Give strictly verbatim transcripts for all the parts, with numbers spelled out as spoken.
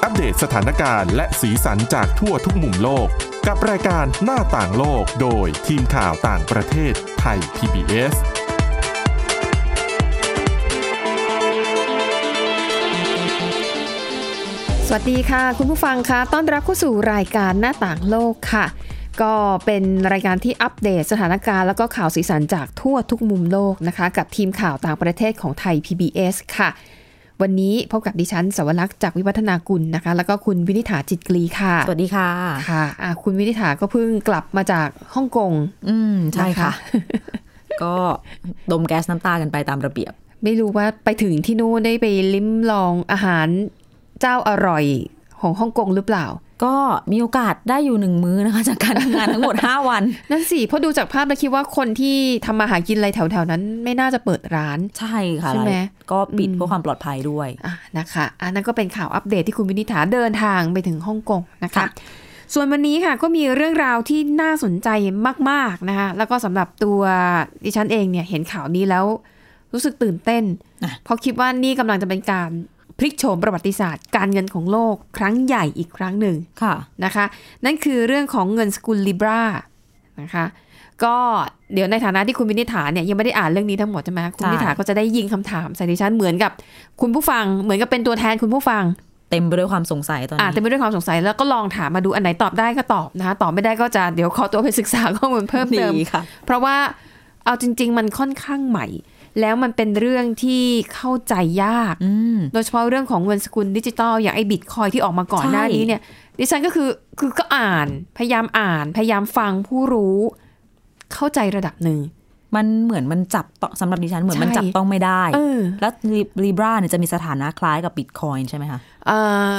อัปเดตสถานการณ์และสีสันจากทั่วทุกมุมโลกกับรายการหน้าต่างโลกโดยทีมข่าวต่างประเทศไทย พี บี เอสสวัสดีค่ะคุณผู้ฟังค่ะต้อนรับเข้าสู่รายการหน้าต่างโลกค่ะก็เป็นรายการที่อัปเดตสถานการณ์แล้วก็ข่าวสีสันจากทั่วทุกมุมโลกนะคะกับทีมข่าวต่างประเทศของไทย พี บี เอส ค่ะวันนี้พบกับดิฉันสวรักษ์จากวิวัฒนากุลนะคะแล้วก็คุณวินิษฐาจิตกรีค่ะสวัสดีค่ะค่ะอ่ะคุณวินิษฐาก็เพิ่งกลับมาจากฮ่องกงอืมใช่ค่ะ ก็ดมแก๊สน้ำตากันไปตามระเบียบไม่รู้ว่าไปถึงที่นู่นได้ไปลิ้มลองอาหารเจ้าอร่อยของฮ่องกงหรือเปล่าก็มีโอกาสได้อยู่หนึ่งมื้อนะคะจากการทำงานทั้งหมดห้าวันนั่นสิเพราะดูจากภาพแล้วคิดว่าคนที่ทำมาหากินอะไรแถวๆนั้นไม่น่าจะเปิดร้านใช่ค่ะใช่ไหมก็ปิดเพื่อความปลอดภัยด้วยอ่ะนะคะอันนั้นก็เป็นข่าวอัปเดตที่คุณวินิษฐาเดินทางไปถึงฮ่องกงนะคะส่วนวันนี้ค่ะก็มีเรื่องราวที่น่าสนใจมากๆนะคะแล้วก็สำหรับตัวดิฉันเองเนี่ยเห็นข่าวนี้แล้วรู้สึกตื่นเต้นเพราะคิดว่านี่กำลังจะเป็นการพลิกโฉมประวัติศาสตร์การเงินของโลกครั้งใหญ่อีกครั้งหนึ่งนะคะนั่นคือเรื่องของเงินสกุล Libra นะคะก็เดี๋ยวในฐานะที่คุณวินิษฐาเนี่ยยังไม่ได้อ่านเรื่องนี้ทั้งหมดใช่ไหมคุณวินิษฐาก็จะได้ยิงคำถามใส่ดิฉันเหมือนกับคุณผู้ฟังเหมือนกับเป็นตัวแทนคุณผู้ฟังเต็มไปด้วยความสงสัยตอนนี้เต็มไปด้วยความสงสัยแล้วก็ลองถามมาดูอันไหนตอบได้ก็ตอบนะคะตอบไม่ได้ก็จะเดี๋ยวขอตัวไปศึกษาข้อมูลเพิ่มเติมเพราะว่าเอาจริงๆมันค่อนข้างใหม่แล้วมันเป็นเรื่องที่เข้าใจยากโดยเฉพาะเรื่องของเงินสกุลดิจิตอลอย่างไอ้บิตคอยที่ออกมาก่อนหน้านี้เนี่ยดิฉันก็คือคือก็อ่านพยายามอ่านพยายามฟังผู้รู้เข้าใจระดับหนึ่งมันเหมือนมันจับต้องสำหรับดิฉันเหมือนมันจับต้องไม่ได้แล้ว Libra เนี่ยจะมีสถานะคล้ายกับ Bitcoin ใช่ไหมคะเอ่อ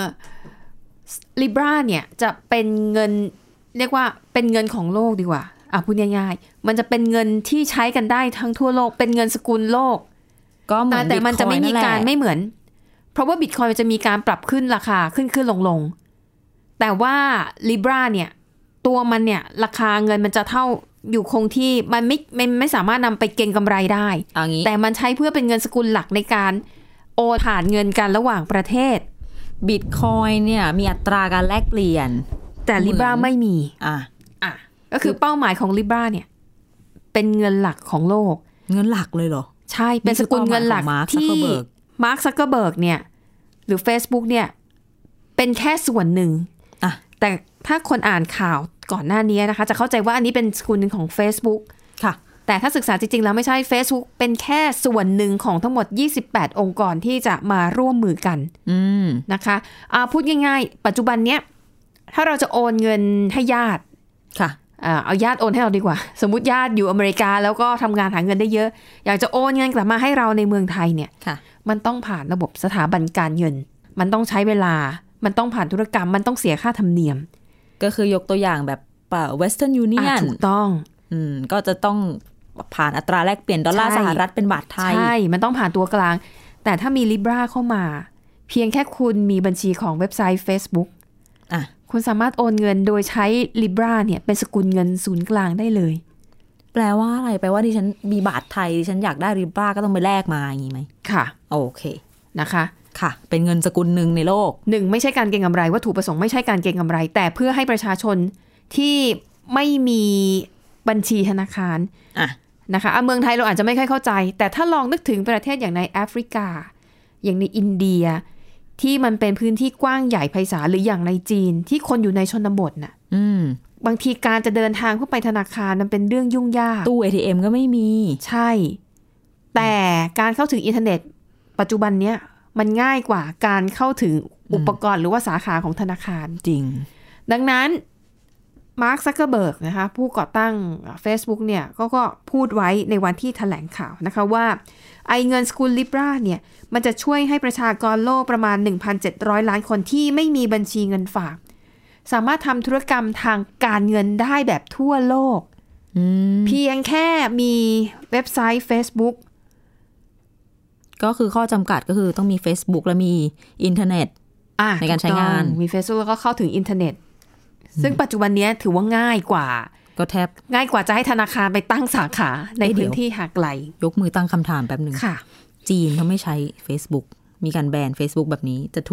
Libra เนี่ยจะเป็นเงินเรียกว่าเป็นเงินของโลกดีกว่าอ่ะพูดง่ายๆมันจะเป็นเงินที่ใช้กันได้ทั้งทั่วโลกเป็นเงินสกุลโลกก็เหมือนแต่มันจะไม่มีการไม่เหมือนเพราะว่า Bitcoin มันจะมีการปรับขึ้นราคาขึ้นขึ้นลงลงแต่ว่า Libra เนี่ยตัวมันเนี่ยราคาเงินมันจะเท่าอยู่คงที่มันไม่ไม่ไม่สามารถนำไปเก็งกำไรได้แต่มันใช้เพื่อเป็นเงินสกุลหลักในการโอนผ่านเงินกันระหว่างประเทศ Bitcoin เนี่ยมีอัตราการแลกเปลี่ยนแต่ Libra ไม่มีอ่ะอ่ะก็คือเป้าหมายของ Libra เนี่ยเป็นเงินหลักของโลกเงินหลักเลยเหรอใช่เป็นสกุลเงินหลักที่มาร์ค ซักเคอร์เบิร์กเนี่ยหรือ Facebook เนี่ยเป็นแค่ส่วนหนึ่งอ่ะแต่ถ้าคนอ่านข่าวก่อนหน้านี้นะคะจะเข้าใจว่าอันนี้เป็นสกุลหนึ่งของ Facebook ค่ะแต่ถ้าศึกษาจริงๆแล้วไม่ใช่ Facebook เป็นแค่ส่วนหนึ่งของทั้งหมดยี่สิบแปดองค์กรที่จะมาร่วมมือกันนะคะอ่าพูดง่ายๆปัจจุบันเนี้ยถ้าเราจะโอนเงินให้ญาติค่ะเอาญาติโอนให้เราดีกว่าสมมุติญาติอยู่อเมริกาแล้วก็ทำงานหาเงินได้เยอะอยากจะโอนเงินกลับมาให้เราในเมืองไทยเนี่ยมันต้องผ่านระบบสถาบันการเงินมันต้องใช้เวลามันต้องผ่านธุรกรรมมันต้องเสียค่าธรรมเนียมก็คือยกตัวอย่างแบบ Western Union ถูกต้องอืมก็จะต้องผ่านอัตราแลกเปลี่ยนดอลลาร์สหรัฐเป็นบาทไทยใช่มันต้องผ่านตัวกลางแต่ถ้ามี Libra เข้ามาเพียงแค่คุณมีบัญชีของเว็บไซต์ Facebook อ่ะคุณสามารถโอนเงินโดยใช้ Libra เนี่ยเป็นสกุลเงินศูนย์กลางได้เลยแปลว่าอะไรแปลว่าดิฉันมีบาทไทยดิฉันอยากได้ Libra ก็ต้องไปแลกมาอย่างนี้ไหมค่ะโอเคนะคะค่ะเป็นเงินสกุลหนึ่งในโลกหนึ่งไม่ใช่การเก็งกำไรวัตถุประสงค์ไม่ใช่การเก็งกำไรแต่เพื่อให้ประชาชนที่ไม่มีบัญชีธนาคารอ่ะนะคะเมืองไทยเราอาจจะไม่ค่อยเข้าใจแต่ถ้าลองนึกถึงประเทศอย่างในแอฟริกาอย่างในอินเดียที่มันเป็นพื้นที่กว้างใหญ่ไพศาลหรืออย่างในจีนที่คนอยู่ในชนบทน่ะบางทีการจะเดินทางเข้าไปธนาคารมันเป็นเรื่องยุ่งยากตู้ เอ ที เอ็ม ก็ไม่มีใช่แต่การเข้าถึงอินเทอร์เน็ตปัจจุบันเนี้ยมันง่ายกว่าการเข้าถึงอุปกรณ์หรือว่าสาขาของธนาคารจริงดังนั้นมาร์ค ซักเคอร์เบิร์กนะคะผู้ก่อตั้ง Facebook เนี่ยก็ก็พูดไว้ในวันที่แถลงข่าวนะคะว่าไอเงินสกุล Libra เนี่ยมันจะช่วยให้ประชากรโลกประมาณ หนึ่งพันเจ็ดร้อย ล้านคนที่ไม่มีบัญชีเงินฝากสามารถทำธุรกรรมทางการเงินได้แบบทั่วโลกเพียงแค่มีเว็บไซต์ Facebook ก็คือข้อจำกัดก็คือต้องมี Facebook และมีอินเทอร์เน็ตในการใช้งานมี Facebook แล้วก็เข้าถึงอินเทอร์เน็ตซึ่งปัจจุบันนี้ถือว่าง่ายกว่าก็แทบง่ายกว่าจะให้ธนาคารไปตั้งสาขาในพื้นที่ห่างไกลยกมือตั้งคำถามแป๊บนึงค่ะจีนเขาไม่ใช้ Facebook มีการแบน Facebook แบบนี้จะถูก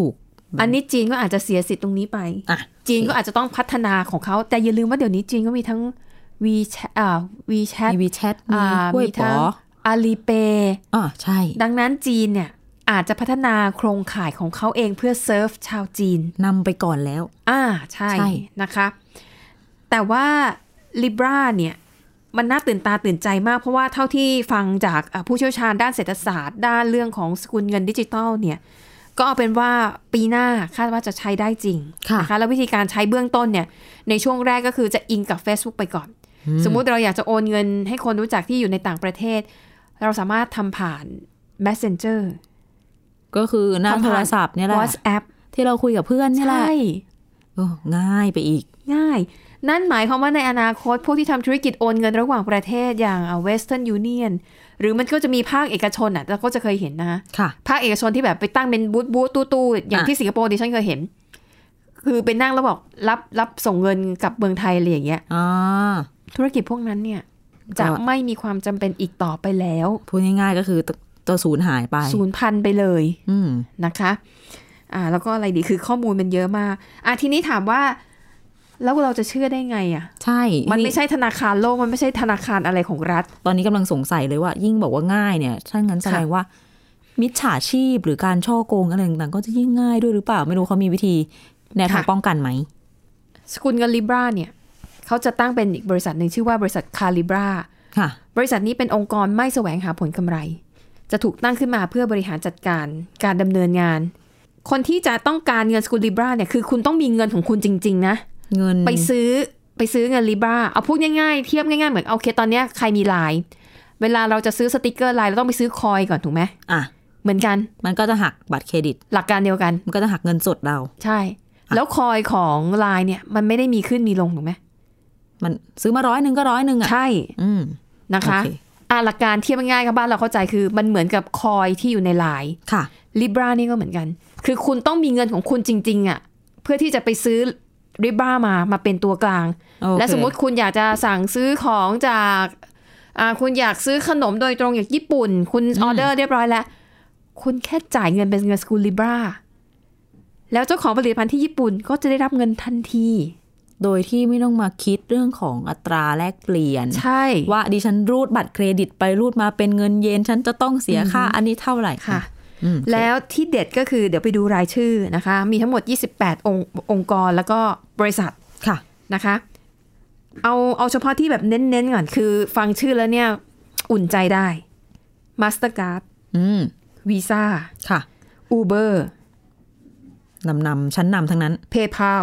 อันนี้จีนก็อาจจะเสียสิทธิ์ตรงนี้ไปจีนก็อาจจะต้องพัฒนาของเขาแต่อย่าลืมว่าเดี๋ยวนี้จีนก็มีทั้ง WeChat อ่า WeChat มี WeChat มีห้วยป๋อ Alipay อ่าใช่ดังนั้นจีนเนี่ยอาจจะพัฒนาโครงข่ายของเขาเองเพื่อเซิร์ฟชาวจีนนำไปก่อนแล้วอ่าใช่นะคะแต่ว่า Libra เนี่ยมันน่าตื่นตาตื่นใจมากเพราะว่าเท่าที่ฟังจากผู้เชี่ยวชาญด้านเศรษฐศาสตร์ด้านเรื่องของสกุลเงินดิจิทัลเนี่ยก็เอาเป็นว่าปีหน้าคาดว่าจะใช้ได้จริงนะคะแล้ววิธีการใช้เบื้องต้นเนี่ยในช่วงแรกก็คือจะอิงกับ Facebook ไปก่อนสมมุติเราอยากจะโอนเงินให้คนรู้จักที่อยู่ในต่างประเทศเราสามารถทำผ่าน Messenger ก็คือหน้าโทรศัพท์เนี่ยแหละ WhatsApp ที่เราคุยกับเพื่อนนี่แหละใช่โอ้ง่ายไปอีกง่ายนั่นหมายความว่าในอนาคตพวกที่ทำธุรกิจโอนเงินระหว่างประเทศอย่าง Western Union หรือมันก็จะมีภาคเอกชนอ่ะเราก็จะเคยเห็นนะภาคเอกชนที่แบบไปตั้งเป็นบูธบูธตู้ๆอย่างที่สิงคโปร์ดิฉันเคยเห็นคือไปนั่งแล้วบอกรับรับส่งเงินกับเมืองไทยอะไรอย่างเงี้ยธุรกิจพวกนั้นเนี่ยจะไม่มีความจำเป็นอีกต่อไปแล้วพูดง่ายๆก็คือตัวสูญหายไปสูญพันธุ์ไปเลยนะคะอ่าแล้วก็อะไรดีคือข้อมูลมันเยอะมากอ่ะทีนี้ถามว่าแล้วเราจะเชื่อได้ไงอ่ะใช่มันไม่ใช่ธนาคารโลกมันไม่ใช่ธนาคารอะไรของรัฐตอนนี้กำลังสงสัยเลยว่ายิ่งบอกว่าง่ายเนี่ยถ้างั้นแสดงว่ามิจฉาชีพหรือการช่อโกงอะไรต่างๆก็จะยิ่งง่ายด้วยหรือเปล่าไม่รู้เขามีวิธีแนวทางป้องกันไหมสกุลเงิน Libra เนี่ยเขาจะตั้งเป็นอีกบริษัทหนึ่งชื่อว่าบริษัท Calibra ค่ะบริษัทนี้เป็นองค์กรไม่แสวงหาผลกำไรจะถูกตั้งขึ้นมาเพื่อบริหารจัดการการดำเนินงานคนที่จะต้องการเงินสกุล Libra เนี่ยคือคุณต้องมีเงินของคุณจริงๆนะเงินไปซื้อไปซื้อเงิน Libra เอาพูดง่ายๆเทียบง่ายๆเหมือนโอเคตอนนี้ใครมีไลน์เวลาเราจะซื้อสติกเกอร์ไลน์เราต้องไปซื้อคอยก่อนถูกไหมอ่ะเหมือนกันมันก็จะหักบัตรเครดิตหลักการเดียวกันมันก็จะหักเงินสดเราใช่แล้วคอยของไลน์เนี่ยมันไม่ได้มีขึ้นมีลงถูกไหมมันซื้อมาร้อยหนึ่งก็ร้อยหนึ่งอ่ะใช่นะคะอ่ะหลักการเทียบง่ายๆกับบ้านเราเข้าใจคือมันเหมือนกับคอยที่อยู่ในไลน์ค่ะ Libra นี่ก็เหมือนกันคือคุณต้องมีเงินของคุณจริงๆอ่ะเพื่อที่จะไปซื้อLibra มามาเป็นตัวกลาง okay. และสมมติคุณอยากจะสั่งซื้อของจากอ่าคุณอยากซื้อขนมโดยตรงจากญี่ปุ่นคุณออเดอร์เรียบร้อยแล้วคุณแค่จ่ายเงินเป็นเงินสกุล Libra แล้วเจ้าของผลิตภัณฑ์ที่ญี่ปุ่นก็จะได้รับเงินทันทีโดยที่ไม่ต้องมาคิดเรื่องของอัตราแลกเปลี่ยนใช่ว่าดิฉันรูดบัตรเครดิตไปรูดมาเป็นเงินเยนฉันจะต้องเสียค่าอันนี้เท่าไหร่ค่ะแล้วที่เด็ดก็คือเดี๋ยวไปดูรายชื่อนะคะมีทั้งหมดยี่สิบแปดองค์องค์กรแล้วก็บริษัทค่ะนะคะเอาเอาเฉพาะที่แบบเน้นๆก่อนคือฟังชื่อแล้วเนี่ยอุ่นใจได้ Mastercard อืม Visa ค่ะ Uber นำนำชั้นนำทั้งนั้น PayPal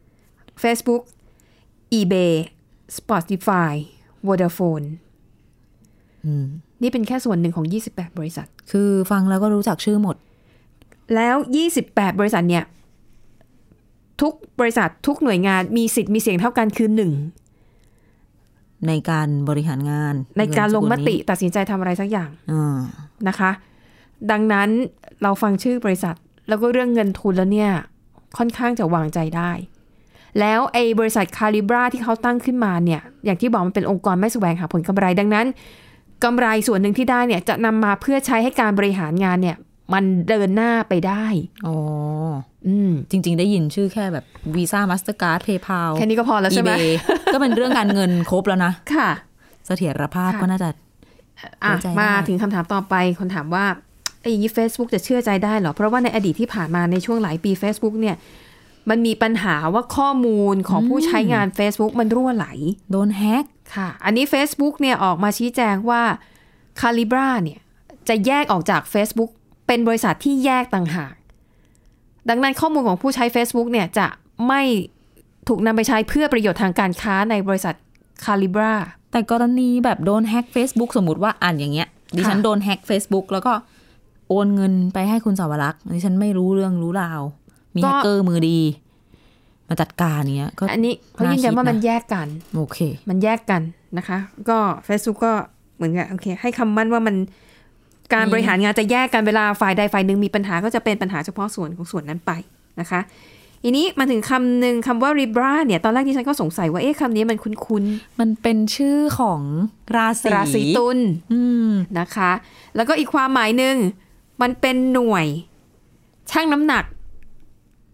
Facebook eBay Spotify Vodafone อืมนี่เป็นแค่ส่วนหนึ่งของยี่สิบแปดบริษัทคือฟังแล้วก็รู้จักชื่อหมดแล้วยี่สิบแปดบริษัทเนี่ยทุกบริษัททุกหน่วยงานมีสิทธิ์มีเสียงเท่ากันคือหนึ่งในการบริหารงานในการลงมติตัดสินใจทำอะไรสักอย่างนะคะดังนั้นเราฟังชื่อบริษัทแล้วก็เรื่องเงินทุนแล้วเนี่ยค่อนข้างจะวางใจได้แล้วไอ้บริษัท Calibra ที่เขาตั้งขึ้นมาเนี่ยอย่างที่บอกมันเป็นองค์กรไม่แสวงหาผลกำไรดังนั้นกำไรส่วนหนึ่งที่ได้เนี่ยจะนำมาเพื่อใช้ให้การบริหารงานเนี่ยมันเดินหน้าไปได้อ๋ออืมจริงๆได้ยินชื่อแค่แบบ Visa Mastercard PayPal แค่นี้ก็พอแล้วใช่ไหม eBay ก็เป็นเรื่องการเงินครบแล้วนะค่ะเสถียรภาพก็น่าจะอ่ะมาถึงคำถามต่อไปคนถามว่าไอ้อย่างนี้ Facebook จะเชื่อใจได้เหรอเพราะว่าในอดีตที่ผ่านมาในช่วงหลายปี Facebook เนี่ยมันมีปัญหาว่าข้อมูลของผู้ใช้งาน Facebook มันรั่วไหลโดนแฮกค่ะอันนี้ Facebook เนี่ยออกมาชี้แจงว่า Calibra เนี่ยจะแยกออกจาก Facebook เป็นบริษัทที่แยกต่างหากดังนั้นข้อมูลของผู้ใช้ Facebook เนี่ยจะไม่ถูกนำไปใช้เพื่อประโยชน์ทางการค้าในบริษัท Calibra แต่กรณีแบบโดนแฮก Facebook สมมุติว่าอ่านอย่างเงี้ยดิฉันโดนแฮก Facebook แล้วก็โอนเงินไปให้คุณสาวรักษ์ดิฉันไม่รู้เรื่องรู้ราวมีแฮกเกอร์มือดีมาจัดการเนี้ยก็อันนี้เขายืนยันว่ามันแยกกันโอเคมันแยกกันนะคะก็ Facebook ก็เหมือนกันโอเคให้คำมั่นว่ามันการบริหารงานจะแยกกันเวลาฝ่ายใดฝ่ายหนึ่งมีปัญหาก็จะเป็นปัญหาเฉพาะส่วนของส่วนนั้นไปนะคะทีนี้มาถึงคำหนึ่งคำว่า Libra เนี่ยตอนแรกที่ฉันก็สงสัยว่าเอ๊ะคำนี้มันคุ้นๆมันเป็นชื่อของราศีราศีตุลนะคะแล้วก็อีกความหมายหนึ่งมันเป็นหน่วยชั่งน้ำหนัก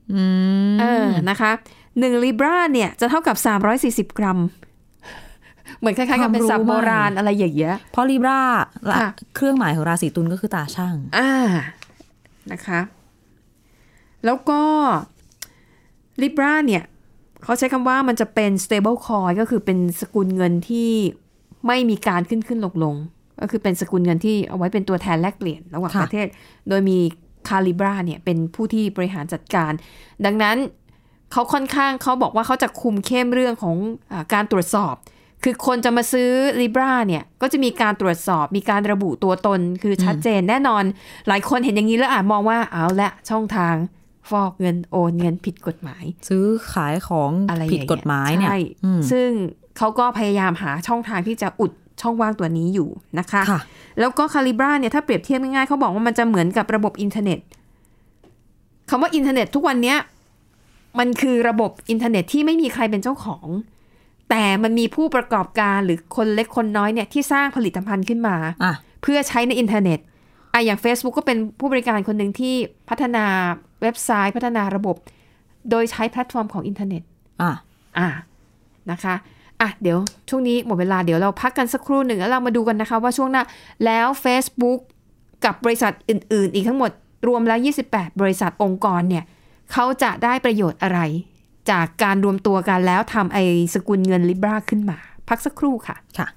อืมเออนะคะหนึ่งลิบราเนี่ยจะเท่ากับสามร้อยสี่สิบกรัมเหมือนคล้ายๆกับเป็นศัพท์โบราณอะไรอย่างเงี้ยเพราะลิบราเครื่องหมายของราศีตุลก็คือตาช่างอ่านะคะแล้วก็ลิบราเนี่ยเขาใช้คำว่ามันจะเป็น stable coin ก็คือเป็นสกุลเงินที่ไม่มีการขึ้นขึ้นลงลงก็คือเป็นสกุลเงินที่เอาไว้เป็นตัวแทนแลกเปลี่ยนระหว่างประเทศโดยมีคาลิบราเนี่ยเป็นผู้ที่บริหารจัดการดังนั้นเขาค่อนข้างเขาบอกว่าเขาจะคุมเข้มเรื่องของอ่าการตรวจสอบคือคนจะมาซื้อ Libra เนี่ยก็จะมีการตรวจสอบมีการระบุตัวตนคือชัดเจนแน่นอนหลายคนเห็นอย่างนี้แล้วอาจมองว่าเอาละช่องทางฟอกเงินโอนเงินผิดกฎหมายซื้อขายของผิดกฎหมายเนี่ยซึ่งเขาก็พยายามหาช่องทางที่จะอุดช่องว่างตัวนี้อยู่นะคะแล้วก็ Calibra เนี่ยถ้าเปรียบเทียบง่ายๆเขาบอกว่ามันจะเหมือนกับระบบอินเทอร์เน็ตคำว่าอินเทอร์เน็ตทุกวันนี้มันคือระบบอินเทอร์เน็ตที่ไม่มีใครเป็นเจ้าของแต่มันมีผู้ประกอบการหรือคนเล็กคนน้อยเนี่ยที่สร้างผลิตภัณฑ์ขึ้นมาเพื่อใช้ในอินเทอร์เน็ตอ่ะอย่าง Facebook ก็เป็นผู้บริการคนหนึ่งที่พัฒนาเว็บไซต์พัฒนาระบบโดยใช้แพลตฟอร์มของอินเทอร์เน็ตอ่ะอ่ะนะคะอ่ะเดี๋ยวช่วงนี้หมดเวลาเดี๋ยวเราพักกันสักครู่หนึ่งแล้วเรามาดูกันนะคะว่าช่วงหน้าแล้ว Facebook กับบริษัทอื่นๆอีกทั้งหมดรวมแล้วยี่สิบแปดบริษัทองค์กรเนี่ยเขาจะได้ประโยชน์อะไรจากการรวมตัวกันแล้วทำไอ้สกุลเงิน Libra ขึ้นมาพักสักครู่ค่ะค่ะ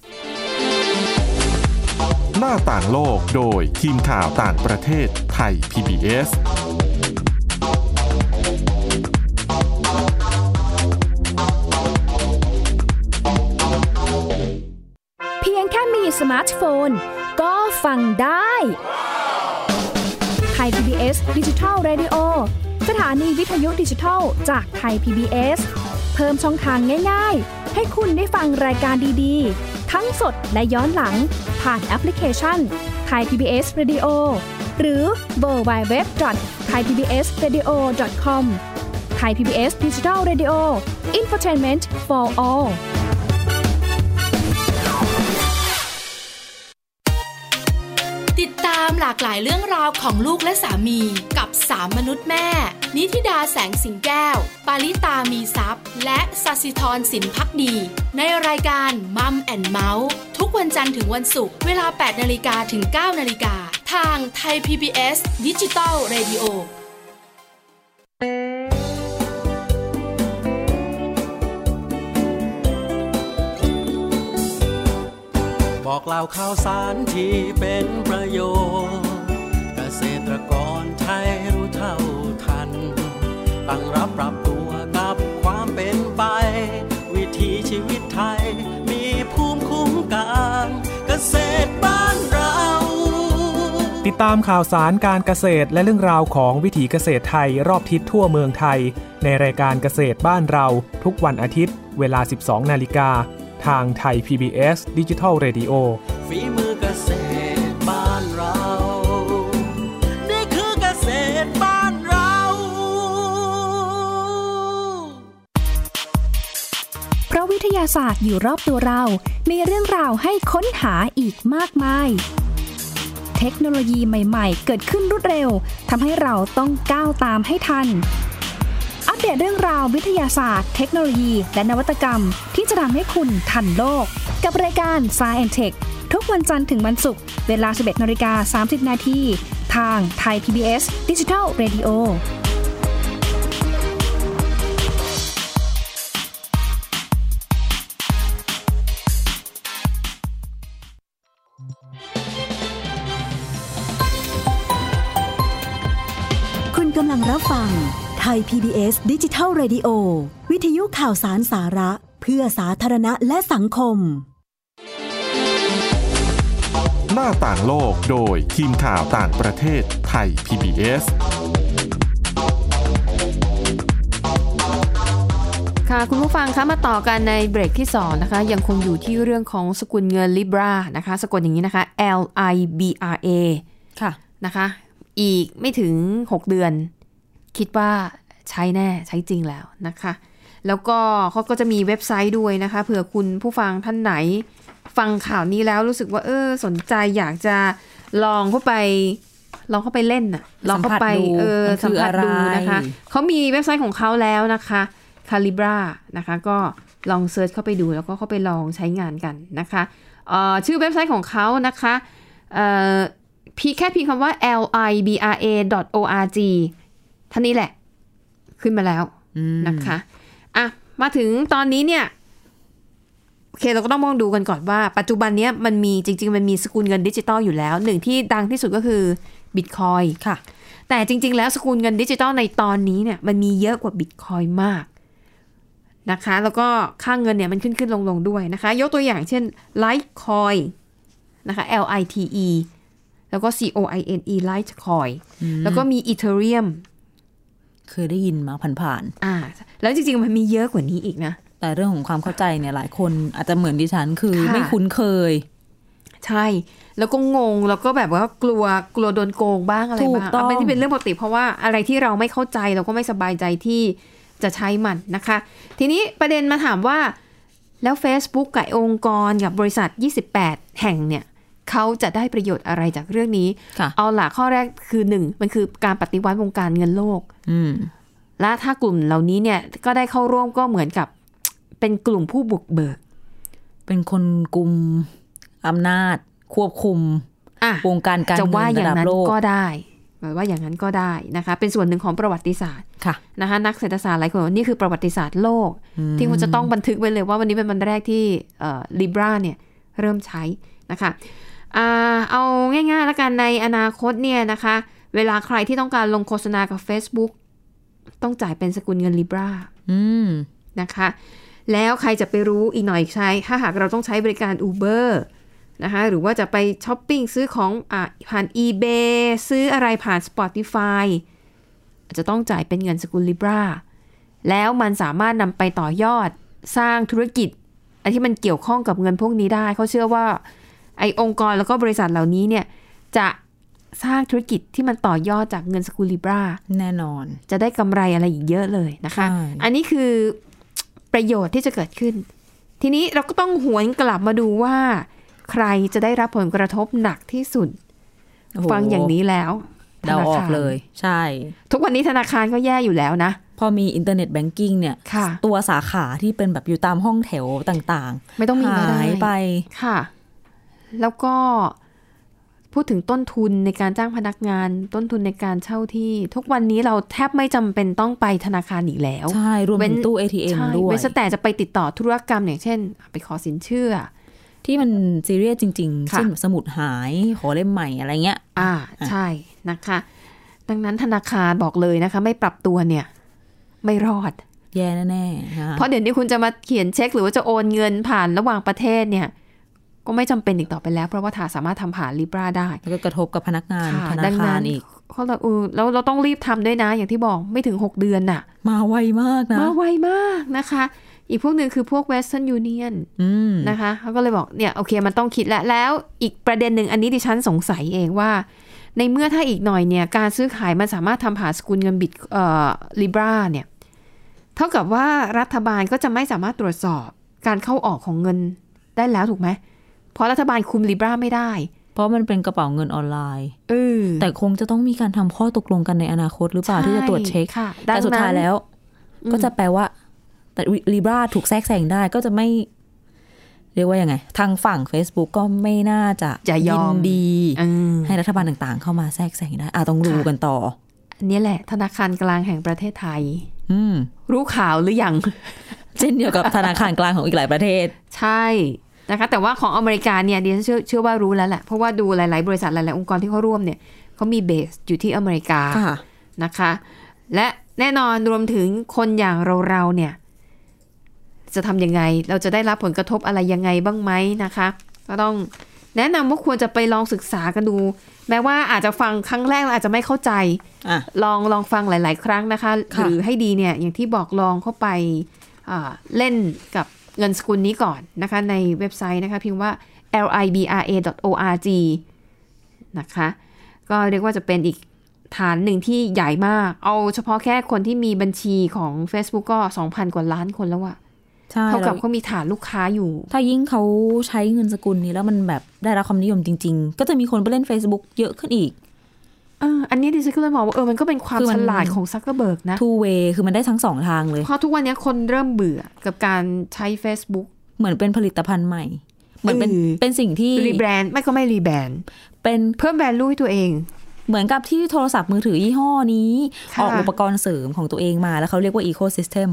หน้าต่างโลกโดยทีมข่าวต่างประเทศไทย พี บี เอสเพียงแค่มีสมาร์ทโฟนก็ฟังได้ไทย พี บี เอส Digital Radio สถานีวิทยุดิจิทัลจากไทย พี บี เอส เพิ่มช่องทางง่ายๆให้คุณได้ฟังรายการดีๆทั้งสดและย้อนหลังผ่านแอปพลิเคชัน Thai พี บี เอส Radio หรือ ดับเบิลยู ดับเบิลยู ดับเบิลยู ดอท ไทยพีบีเอสเรดิโอ ดอท คอม Thai พี บี เอส Digital Radio Infotainment for all ติดตามหลากหลายเรื่องราวของลูกและสามีกับสามมนุษย์แม่นิธิดาแสงสิงแก้วปาริตามีทรัพย์และศศิธรสินภักดีในรายการมัมแอนด์เมาส์ทุกวันจันทร์ถึงวันศุกร์เวลา แปดนาฬิกา ถึง เก้านาฬิกาทางไทย พี บี เอส Digital Radio บอกเล่าข่าวสารที่เป็นประโยชน์เกษตรกรไทยรู้เท่าทันตั้งรับปรับตัวกับความเป็นไปวิถีชีวิตไทยมีภูมิคุ้มกันเกษตรบ้านเราติดตามข่าวสารการเกษตรและเรื่องราวของวิถีเกษตรไทยรอบทิศทั่วเมืองไทยในรายการเกษตรบ้านเราทุกวันอาทิตย์เวลา สิบสองนาฬิกาทางไทย พี บี เอส Digital Radio ฝีมือเกษตรบ้านเรานี่คือเกษตรบ้านเราเพราะวิทยาศาสตร์อยู่รอบตัวเรามีเรื่องราวให้ค้นหาอีกมากมายเทคโนโลยีใหม่ๆเกิดขึ้นรวดเร็วทำให้เราต้องก้าวตามให้ทันอัปเดตเรื่องราววิทยาศาสตร์เทคโนโลยีและนวัตกรรมที่จะทำให้คุณทันโลกกับรายการ Science and Tech ทุกวันจันทร์ถึงวันศุกร์เวลา สิบเอ็ดนาฬิกาสามสิบนาทีทางไทย พี บี เอส Digital Radio คุณกำลังรับฟังไทย พี บี เอส Digital Radio วิทยุข่าวสารสาระเพื่อสาธารณะและสังคมหน้าต่างโลกโดยทีมข่าวต่างประเทศไทย พี บี เอสค่ะคุณผู้ฟังคะมาต่อกันในเบรกที่สองนะคะยังคงอยู่ที่เรื่องของสกุลเงิน Libra นะคะสะกดอย่างนี้นะคะ L I B R A ค่ะนะคะอีกไม่ถึงหกเดือนคิดว่าใช้แน่ใช้จริงแล้วนะคะแล้วก็เขาก็จะมีเว็บไซต์ด้วยนะคะเผื่อคุณผู้ฟังท่านไหนฟังข่าวนี้แล้วรู้สึกว่าเออสนใจอยากจะลองเข้าไปลองเข้าไปเล่นน่ะลองเข้าไปเออสัมผัสดูนะคะเขามีเว็บไซต์ของเขาแล้วนะคะ Calibra นะคะก็ลองเซิร์ชเข้าไปดูแล้วก็เข้าไปลองใช้งานกันนะคะเอ่อชื่อเว็บไซต์ของเขานะคะเอ่อพี่แค่พิมพ์คำว่า libra dot org ท่านี้แหละขึ้นมาแล้วนะคะอ่ะมาถึงตอนนี้เนี่ยโอเคเราก็ต้องมองดูกันก่อนว่าปัจจุบันนี้มันมีจริงๆมันมีสกุลเงินดิจิตอลอยู่แล้วหนึ่งที่ดังที่สุดก็คือบิตคอยน์ค่ะแต่จริงๆแล้วสกุลเงินดิจิตอลในตอนนี้เนี่ยมันมีเยอะกว่าบิตคอยน์มากนะคะแล้วก็ค่าเงินเนี่ยมันขึ้นขึ้นลงลงด้วยนะคะยกตัวอย่างเช่น Litecoin นะคะ L I T E แล้วก็ C O I N E Litecoin แล้วก็มี Ethereum เคยได้ยินมาผ่านๆอ่าแล้วจริงๆมันมีเยอะกว่านี้อีกนะแต่เรื่องของความเข้าใจเนี่ยหลายคนอาจจะเหมือนดิฉันคือไม่คุ้นเคยใช่แล้วก็งงแล้วก็แบบว่ากลัวกลัวโดนโกงบ้างอะไรบ้างเอาเป็นที่เป็นเรื่องปกติเพราะว่าอะไรที่เราไม่เข้าใจเราก็ไม่สบายใจที่จะใช้มันนะคะทีนี้ประเด็นมาถามว่าแล้ว Facebook กับองค์กรกับบริษัทยี่สิบแปดแห่งเนี่ยเขาจะได้ประโยชน์อะไรจากเรื่องนี้เอาล่ะข้อแรกคือหนึ่งมันคือการปฏิวัติวงการเงินโลกและถ้ากลุ่มเหล่านี้เนี่ยก็ได้เข้าร่วมก็เหมือนกับเป็นกลุ่มผู้บุกเบิกเป็นคนกลุ่มอำนาจควบคุมวงการการเงินระดับโลกก็ได้หมายว่าอย่างนั้นก็ได้นะคะเป็นส่วนหนึ่งของประวัติศาสตร์นะคะนักเศรษฐศาสตร์หลายคนนี่คือประวัติศาสตร์โลกที่คุณจะต้องบันทึกไว้เลยว่าวันนี้เป็นวันแรกที่ลิบราเนี่ยเริ่มใช้นะคะเอาง่ายๆแล้วกันในอนาคตเนี่ยนะคะเวลาใครที่ต้องการลงโฆษณากับ Facebook ต้องจ่ายเป็นสกุลเงินลิบรานะคะแล้วใครจะไปรู้อีกหน่อยใช้ถ้าหากเราต้องใช้บริการ Uber นะคะหรือว่าจะไปช้อปปิ้งซื้อของอ่ะผ่าน eBay ซื้ออะไรผ่าน Spotify อาจจะต้องจ่ายเป็นเงินสกุล Libra แล้วมันสามารถนำไปต่อยอดสร้างธุรกิจอะไรที่มันเกี่ยวข้องกับเงินพวกนี้ได้เขาเชื่อว่าไอ้องค์กรแล้วก็บริษัทเหล่านี้เนี่ยจะสร้างธุรกิจที่มันต่อยอดจากเงินสกุล Libra แน่นอนจะได้กำไรอะไรอีกเยอะเลยนะคะอันนี้คือประโยชน์ที่จะเกิดขึ้นทีนี้เราก็ต้องหวนกลับมาดูว่าใครจะได้รับผลกระทบหนักที่สุดฟังอย่างนี้แล้วเดาออกเลยใช่ทุกวันนี้ธนาคารก็แย่อยู่แล้วนะพอมีอินเทอร์เน็ตแบงกิ้งเนี่ยตัวสาขาที่เป็นแบบอยู่ตามห้องแถวต่างๆไม่ต้องมีหายไปค่ะแล้วก็พูดถึงต้นทุนในการจ้างพนักงานต้นทุนในการเช่าที่ทุกวันนี้เราแทบไม่จำเป็นต้องไปธนาคารอีกแล้วใช่รวมถึงตู้ เอ ที เอ็ม ด้วยเว้นแต่จะไปติดต่อธุรกรรมอย่างเช่นไปขอสินเชื่อที่มันซีเรียสจริงๆเช่นสมุดหายขอเล่มใหม่อะไรเงี้ยอ่าใช่นะคะดังนั้นธนาคารบอกเลยนะคะไม่ปรับตัวเนี่ยไม่รอดแย่แน่ๆเพราะเดี๋ยวนี้คุณจะมาเขียนเช็คหรือว่าจะโอนเงินผ่านระหว่างประเทศเนี่ยก็ไม่จำเป็นอีกต่อไปแล้วเพราะว่าถ้าสามารถทำผ่าน Libra ได้แล้วก็กระทบกับพนักงานธนาคารอีกเขาเราแล้วเราต้องรีบทำด้วยนะอย่างที่บอกไม่ถึงหกเดือนน่ะมาไวมากนะมาไวมากนะคะอีกพวกหนึ่งคือพวก Western Union นะคะเขาก็เลยบอกเนี่ยโอเคมันต้องคิดแล้วแล้วอีกประเด็นหนึ่งอันนี้ดิฉันสงสัยเองว่าในเมื่อถ้าอีกหน่อยเนี่ยการซื้อขายมันสามารถทำผ่านสกุลเงินบิตเอ่อ Libra เนี่ยเท่ากับว่ารัฐบาลก็จะไม่สามารถตรวจสอบการเข้าออกของเงินได้แล้วถูกไหมเพราะรัฐบาลคุม Libra ไม่ได้เพราะมันเป็นกระเป๋าเงินออนไลน์แต่คงจะต้องมีการทำข้อตกลงกันในอนาคตหรือเปล่าที่จะตรวจเช็คแต่สุดท้ายแล้วก็จะแปลว่าแต่ Libra ถูกแทรกแซงได้ก็จะไม่เรียกว่ายังไงทางฝั่ง Facebook ก็ไม่น่าจะยินดีให้รัฐบาลต่างๆเข้ามาแทรกแซงได้อ่ะต้องรู้กันต่ออันนี้แหละธนาคารกลางแห่งประเทศไทยรู้ข่าวหรือยังเช่นเดียวกับธนาคารกลางของอีกหลายประเทศใช่นะคะแต่ว่าของอเมริกาเนี่ยดิฉันเชื่อเชื่อว่ารู้แล้วแหละเพราะว่าดูหลายๆบริษัทหลายๆองค์กรที่เขาร่วมเนี่ยเขามีเบสอยู่ที่อเมริกานะคะและแน่นอนรวมถึงคนอย่างเราๆเนี่ยจะทำยังไงเราจะได้รับผลกระทบอะไรยังไงบ้างไหมนะคะก็ต้องแนะนำว่าควรจะไปลองศึกษากันดูแม้ว่าอาจจะฟังครั้งแรกเราอาจจะไม่เข้าใจลองลองฟังหลายๆครั้งนะคะหรือให้ดีเนี่ยอย่างที่บอกลองเข้าไปเล่นกับเงินสกุลนี้ก่อนนะคะในเว็บไซต์นะคะพิมพ์ว่า libra dot org นะคะก็เรียกว่าจะเป็นอีกฐานหนึ่งที่ใหญ่มากเอาเฉพาะแค่คนที่มีบัญชีของ Facebook ก็ สองพัน กว่าล้านคนแล้วอะเท่ากับเขามีฐานลูกค้าอยู่ถ้ายิ่งเขาใช้เงินสกุลนี้แล้วมันแบบได้รับความนิยมจริงๆก็จะมีคนไปเล่น Facebook เยอะขึ้นอีกเอออันนี้ดิฉันก็เลยมองว่าเออมันก็เป็นความฉลาดของซักเกอร์เบิร์กนะ two way คือมันได้ทั้งสองทางเลยเพราะทุกวันนี้คนเริ่มเบื่อกับการใช้ Facebook เหมือนเป็นผลิตภัณฑ์ใหม่เหมือนเป็นเป็นสิ่งที่รีแบรนด์ไม่ก็ไม่รีแบรนด์เป็นเพิ่มแบรนด์ลูกให้ตัวเองเหมือนกับที่โทรศัพท์มือถือยี่ห้อนี้ออกอุปกรณ์เสริมของตัวเองมาแล้วเขาเรียกว่า Ecosystem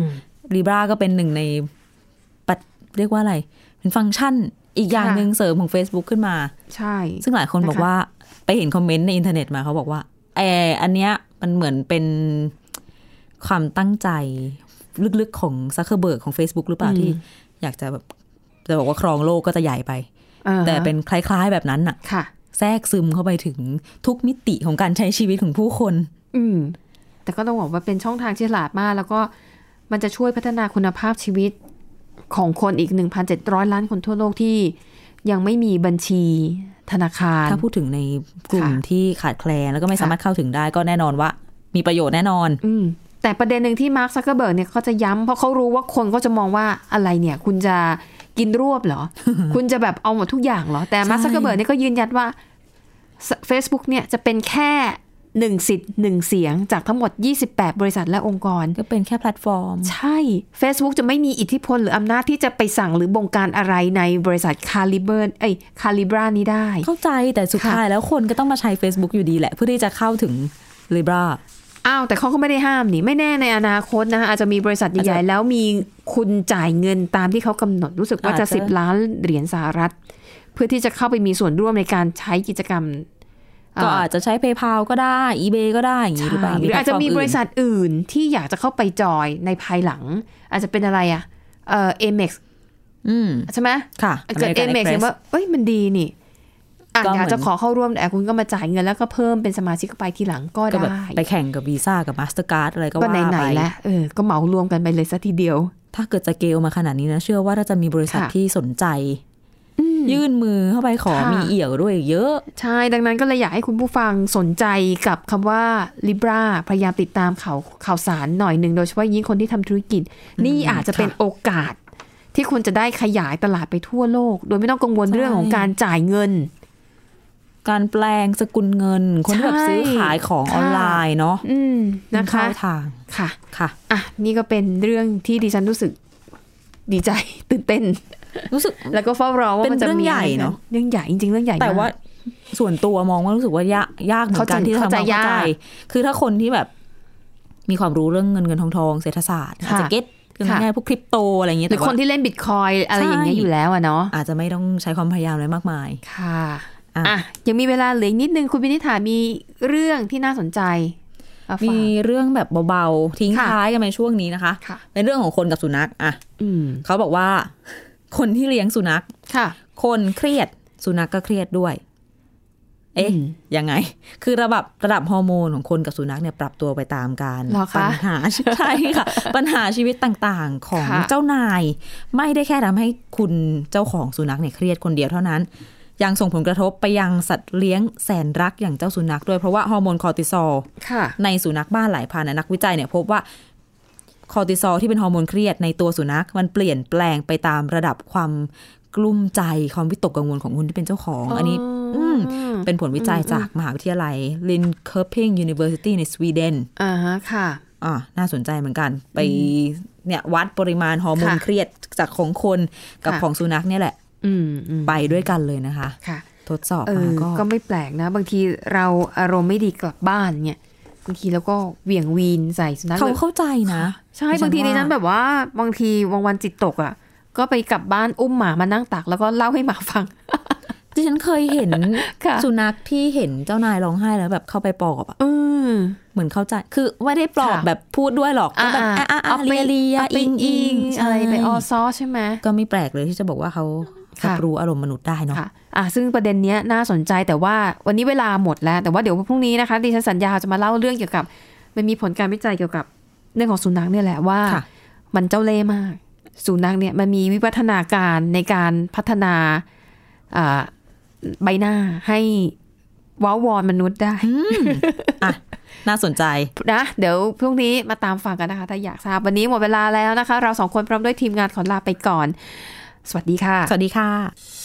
Libra ก็เป็นหนึ่งในปัดเรียกว่าอะไรเป็นฟังก์ชันอีกอย่างนึงเสริมของ Facebook ขึ้นมาใช่ซึ่งหลายคนบอกว่าไปเห็นคอมเมนต์ในอินเทอร์เน็ตมาเขาบอกว่าแอร์อันเนี้ยมันเหมือนเป็นความตั้งใจลึกๆของซักเคอร์เบิร์กของ Facebook หรือเปล่าที่อยากจะแบบจะบอกว่าครองโลกก็จะใหญ่ไปแต่เป็นคล้ายๆแบบนั้นน่ะแทรกซึมเข้าไปถึงทุกมิติของการใช้ชีวิตของผู้คนอืมแต่ก็ต้องบอกว่าเป็นช่องทางที่ฉลาดมากแล้วก็มันจะช่วยพัฒนาคุณภาพชีวิตของคนอีก หนึ่งพันเจ็ดร้อย ล้านคนทั่วโลกที่ยังไม่มีบัญชีธนาคารถ้าพูดถึงในกลุ่มที่ขาดแคลนแล้วก็ไม่สามารถเข้าถึงได้ก็แน่นอนว่ามีประโยชน์แน่นอนอืมแต่ประเด็นหนึ่งที่มาร์ค ซักเคอร์เบิร์กเนี่ยเขาจะย้ำเพราะเขารู้ว่าคนก็จะมองว่าอะไรเนี่ยคุณจะกินรวบเหรอ คุณจะแบบเอาหมดทุกอย่างเหรอแต่มาร์ค ซักเคอร์เบิร์กเนี่ยก็ยืนยันว่า Facebook เนี่ยจะเป็นแค่หนึ่งสิทธิ์หนึ่งเสียงจากทั้งหมดยี่สิบแปดบริษัทและองค์กรก็เป็นแค่แพลตฟอร์มใช่ Facebook จะไม่มีอิทธิพลหรืออำนาจที่จะไปสั่งหรือบงการอะไรในบริษัท Caliber เอ้ย Calibra นี้ได้เข้าใจแต่สุดท้ายแล้วคนก็ต้องมาใช้ Facebook อยู่ดีแหละเพื่อที่จะเข้าถึง Libra อ้าวแต่เขาก็ไม่ได้ห้ามนี่ไม่แน่ในอนาคตนะคะอาจจะมีบริษัทใหญ่ๆแล้วมีคุณจ่ายเงินตามที่เขากำหนดรู้สึกว่าจะสิบล้านเหรียญสหรัฐเพื่อที่จะเข้าไปมีส่วนร่วมในการใช้กิจกรรมก็อาจจะใช้ PayPal ก็ได้ eBay ก็ได้อย่างนี้หรือเปล่าหรืออาจจะมีบริษัทอื่นที่อยากจะเข้าไปจอยในภายหลังอาจจะเป็นอะไรอ่ะเอ่อ เอ เม็กซ์อืมใช่ไหมค่ะเกิด เอ เม็กซ์ เห็นว่าเอ้ยมันดีนี่อ่ะอยากจะขอเข้าร่วมแต่คุณก็มาจ่ายเงินแล้วก็เพิ่มเป็นสมาชิกเข้าไปทีหลังก็ได้ไปแข่งกับ Visa กับ Mastercard อะไรก็ว่าไปไหนๆแล้วเออก็เหมารวมกันไปเลยซะทีเดียวถ้าเกิดจะเกลมาขนาดนี้นะเชื่อว่าถ้าจะมีบริษัทที่สนใจยื่นมือเข้าไปขอมีเอี่ยวด้วยเยอะใช่ดังนั้นก็เลยอยากให้คุณผู้ฟังสนใจกับคำว่า Libra พยายามติดตามข่าวข่าวสารหน่อยหนึ่งโดยเฉพาะยิ่งคนที่ทำธุรกิจนี่อาจจะเป็นโอกาสที่คุณจะได้ขยายตลาดไปทั่วโลกโดยไม่ต้องกังวลเรื่องของการจ่ายเงินการแปลงสกุลเงินคนที่แบบซื้อขายของออนไลน์เนาะนะคะทางค่ะค่ะอ่ะนี่ก็เป็นเรื่องที่ดิฉันรู้สึกดีใจตื่นเต้นรู้สึกแล้วก็เฝ้ารอว่ามันจะมีเรื่องใหญ่เนาะเรื่องใหญ่จริงๆเรื่องใหญ่แต่ว่าส่วนตัวมองว่ารู้สึกว่ายากยากเหมือนกันที่จะทำความเข้าใจคือถ้าคนที่แบบมีความรู้เรื่องเงินเงินทองทองเศรษฐศาสตร์อาจจะเก็ตคือง่ายพวกคริปโตอะไรอย่างเงี้ยหรือคนที่เล่นบิตคอยอะไรอย่างเงี้ยอยู่แล้วอะเนาะอาจจะไม่ต้องใช้ความพยายามอะไรมากมายค่ะอ่ะยังมีเวลาเหลือนิดนึงคุณวินิษฐามีเรื่องที่น่าสนใจมีเรื่องแบบเบาๆทิ้งท้ายกันในช่วงนี้นะคะเป็นเรื่องของคนกับสุนัขอ่ะเขาบอกว่าคนที่เลี้ยงสุนัขคนเครียดสุนัข ก, ก็เครียดด้วยเอ๊ะยังไงคือระดับระดับฮอร์โมนของคนกับสุนัขเนี่ยปรับตัวไปตามกันปัญหาใช่ค่ะปัญหาชีวิตต่างๆของเจ้านายไม่ได้แค่ทำให้คุณเจ้าของสุนัขเนี่ยเครียดคนเดียวเท่านั้นยังส่งผลกระทบไปยังสัตว์เลี้ยงแสนรักอย่างเจ้าสุนัขด้วยเพราะว่าฮอร์โมนคอร์ติซอลในสุนัขบ้านหลายพันธุ์นักวิจัยเนี่ยพบว่าคอร์ติซอลที่เป็นฮอร์โมนเครียดในตัวสุนัขมันเปลี่ยนแปลงไปตามระดับความกลุ้มใจความวิตกกังวลของคนที่เป็นเจ้าของ อ, อันนี้เป็นผลวิจัยจากมหาวิทยาลัย Linköping University ในสวีเดนอ่าฮะค่ะอ่าน่าสนใจเหมือนกันไปเนี่ยวัดปริมาณฮอร์โมนเครียดจากของคนกับของสุนัขเนี่ยแหละไปด้วยกันเลยนะคะทดสอบมาก็ก็ไม่แปลกนะบางทีเราอารมณ์ไม่ดีกลับบ้านเนี่ยบางทีแล้วก็เหวี่ยงวีนใส่สุนัขเขาเข้าใจนะใช่บางทีดิฉันแบบว่าบางทีวันวันจิตตกอ่ะก็ไปกลับบ้านอุ้มหมามานั่งตักแล้วก็เล่าให้หมาฟังดิฉันเคยเห็นสุนัขที่เห็นเจ้านายร้องไห้แล้วแบบเข้าไปปลอบอ่ะเหมือนเข้าใจคือไม่ได้ปลอบแบบพูดด้วยหรอกก็แบบเอาไปเลียอิงอิงอะไรไปออซอใช่ไหมก็ไม่แปลกเลยที่จะบอกว่าเขารับรู้อารมณ์มนุษย์ได้เนาะอ่ะซึ่งประเด็นนี้น่าสนใจแต่ว่าวันนี้เวลาหมดแล้วแต่ว่าเดี๋ยวพรุ่งนี้นะคะดิฉันสัญญาจะมาเล่าเรื่องเกี่ยวกับมันมีผลการวิจัยเกี่ยวกับเรื่องของสุนัขเนี่ยแหละว่ามันเจ้าเล่ห์มากสุนัขเนี่ยมันมีวิวัฒนาการในการพัฒนาใบหน้าให้ว้าวอนมนุษย์ได้อ่ะน่าสนใจนะเดี๋ยวพรุ่งนี้มาตามฟังกันนะคะถ้าอยากทราบวันนี้หมดเวลาแล้วนะคะเราสองคนพร้อมด้วยทีมงานขอลาไปก่อนสวัสดีค่ะสวัสดีค่ะ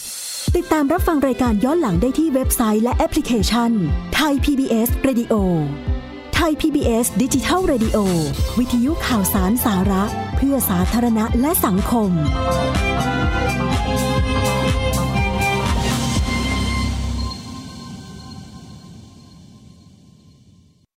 ติดตามรับฟังรายการย้อนหลังได้ที่เว็บไซต์และแอปพลิเคชัน Thai พี บี เอส Radio Thai พี บี เอส Digital Radio วิทยุข่าวสารสาระเพื่อสาธารณะและสังคม